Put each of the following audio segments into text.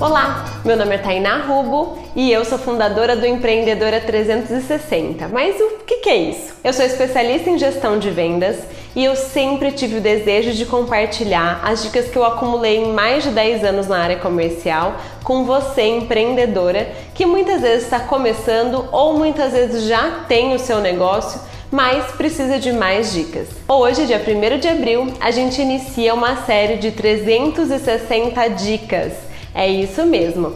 Olá, meu nome é Tainá Rubo e eu sou fundadora do Empreendedora 360. Mas o que é isso? Eu sou especialista em gestão de vendas e eu sempre tive o desejo de compartilhar as dicas que eu acumulei em mais de 10 anos na área comercial com você, empreendedora, que muitas vezes está começando ou muitas vezes já tem o seu negócio, mas precisa de mais dicas. Hoje, dia 1º de abril, a gente inicia uma série de 360 dicas. É isso mesmo,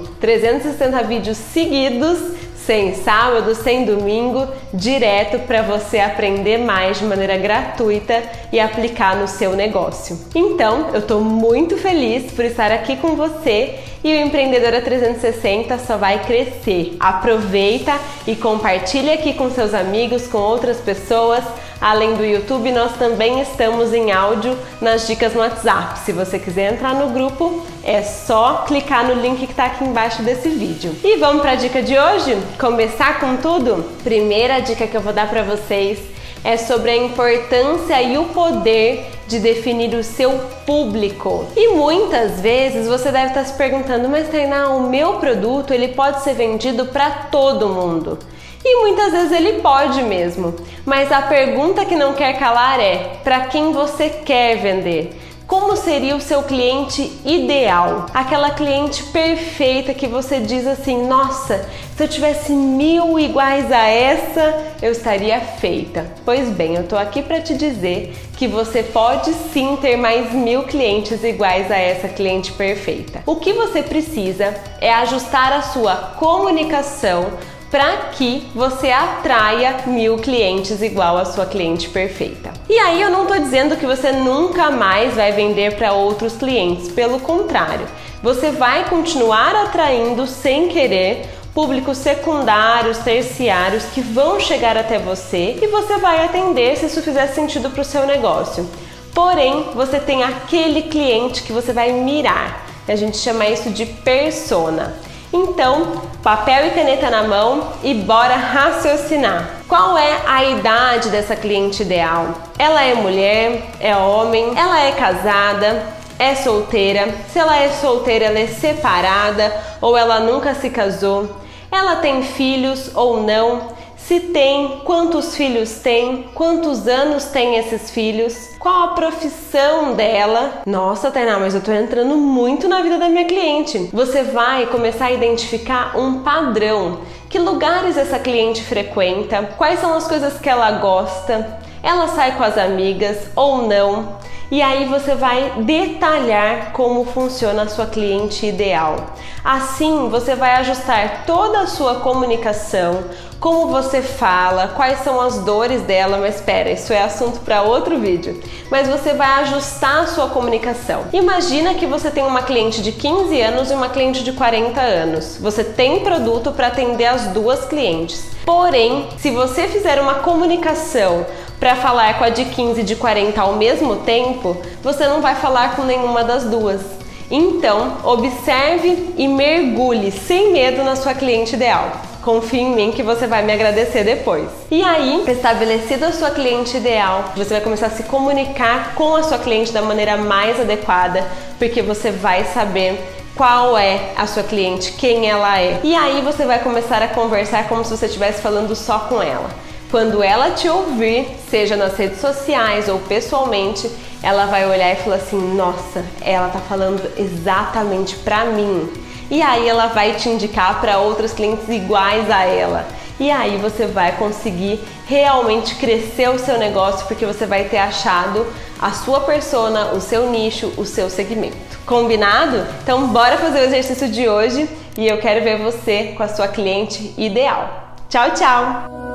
360 vídeos seguidos, sem sábado, sem domingo, direto para você aprender mais de maneira gratuita e aplicar no seu negócio. Então, eu estou muito feliz por estar aqui com você e o Empreendedora 360 só vai crescer. Aproveita e compartilha aqui com seus amigos, com outras pessoas. Além do YouTube, nós também estamos em áudio nas dicas no WhatsApp. Se você quiser entrar no grupo, é só clicar no link que está aqui embaixo desse vídeo. E vamos para a dica de hoje? Começar com tudo? Primeira dica que eu vou dar para vocês é sobre a importância e o poder de definir o seu público. E muitas vezes você deve estar se perguntando, mas Tainá, o meu produto ele pode ser vendido para todo mundo. E muitas vezes ele pode mesmo, mas a pergunta que não quer calar é: para quem você quer vender? Como seria o seu cliente ideal? Aquela cliente perfeita que você diz assim: nossa, se eu tivesse 1000 iguais a essa, eu estaria feita. Pois bem, eu tô aqui para te dizer que você pode sim ter mais 1000 clientes iguais a essa cliente perfeita. O que você precisa é ajustar a sua comunicação para que você atraia 1000 clientes igual a sua cliente perfeita. E aí eu não estou dizendo que você nunca mais vai vender para outros clientes, pelo contrário, você vai continuar atraindo sem querer públicos secundários, terciários que vão chegar até você e você vai atender se isso fizer sentido para o seu negócio. Porém, você tem aquele cliente que você vai mirar, a gente chama isso de persona. Então, papel e caneta na mão e bora raciocinar. Qual é a idade dessa cliente ideal? Ela é mulher? É homem? Ela é casada? É solteira? Se ela é solteira, ela é separada ou ela nunca se casou? Ela tem filhos ou não? Se tem, quantos filhos tem? Quantos anos tem esses filhos? Qual a profissão dela? Nossa, Tainá, mas eu tô entrando muito na vida da minha cliente. Você vai começar a identificar um padrão. Que lugares essa cliente frequenta? Quais são as coisas que ela gosta? Ela sai com as amigas ou não? E aí você vai detalhar como funciona a sua cliente ideal. Assim, você vai ajustar toda a sua comunicação, como você fala, quais são as dores dela, mas espera, isso é assunto para outro vídeo. Mas você vai ajustar a sua comunicação. Imagina que você tem uma cliente de 15 anos e uma cliente de 40 anos. Você tem produto para atender as duas clientes. Porém, se você fizer uma comunicação para falar com a de 15 e de 40 ao mesmo tempo, você não vai falar com nenhuma das duas. Então, observe e mergulhe sem medo na sua cliente ideal. Confie em mim que você vai me agradecer depois. E aí, estabelecida a sua cliente ideal, você vai começar a se comunicar com a sua cliente da maneira mais adequada, porque você vai saber qual é a sua cliente, quem ela é. E aí você vai começar a conversar como se você estivesse falando só com ela. Quando ela te ouvir, seja nas redes sociais ou pessoalmente, ela vai olhar e falar assim: nossa, ela tá falando exatamente pra mim. E aí ela vai te indicar para outros clientes iguais a ela. E aí você vai conseguir realmente crescer o seu negócio, porque você vai ter achado a sua persona, o seu nicho, o seu segmento. Combinado? Então bora fazer o exercício de hoje e eu quero ver você com a sua cliente ideal. Tchau, tchau!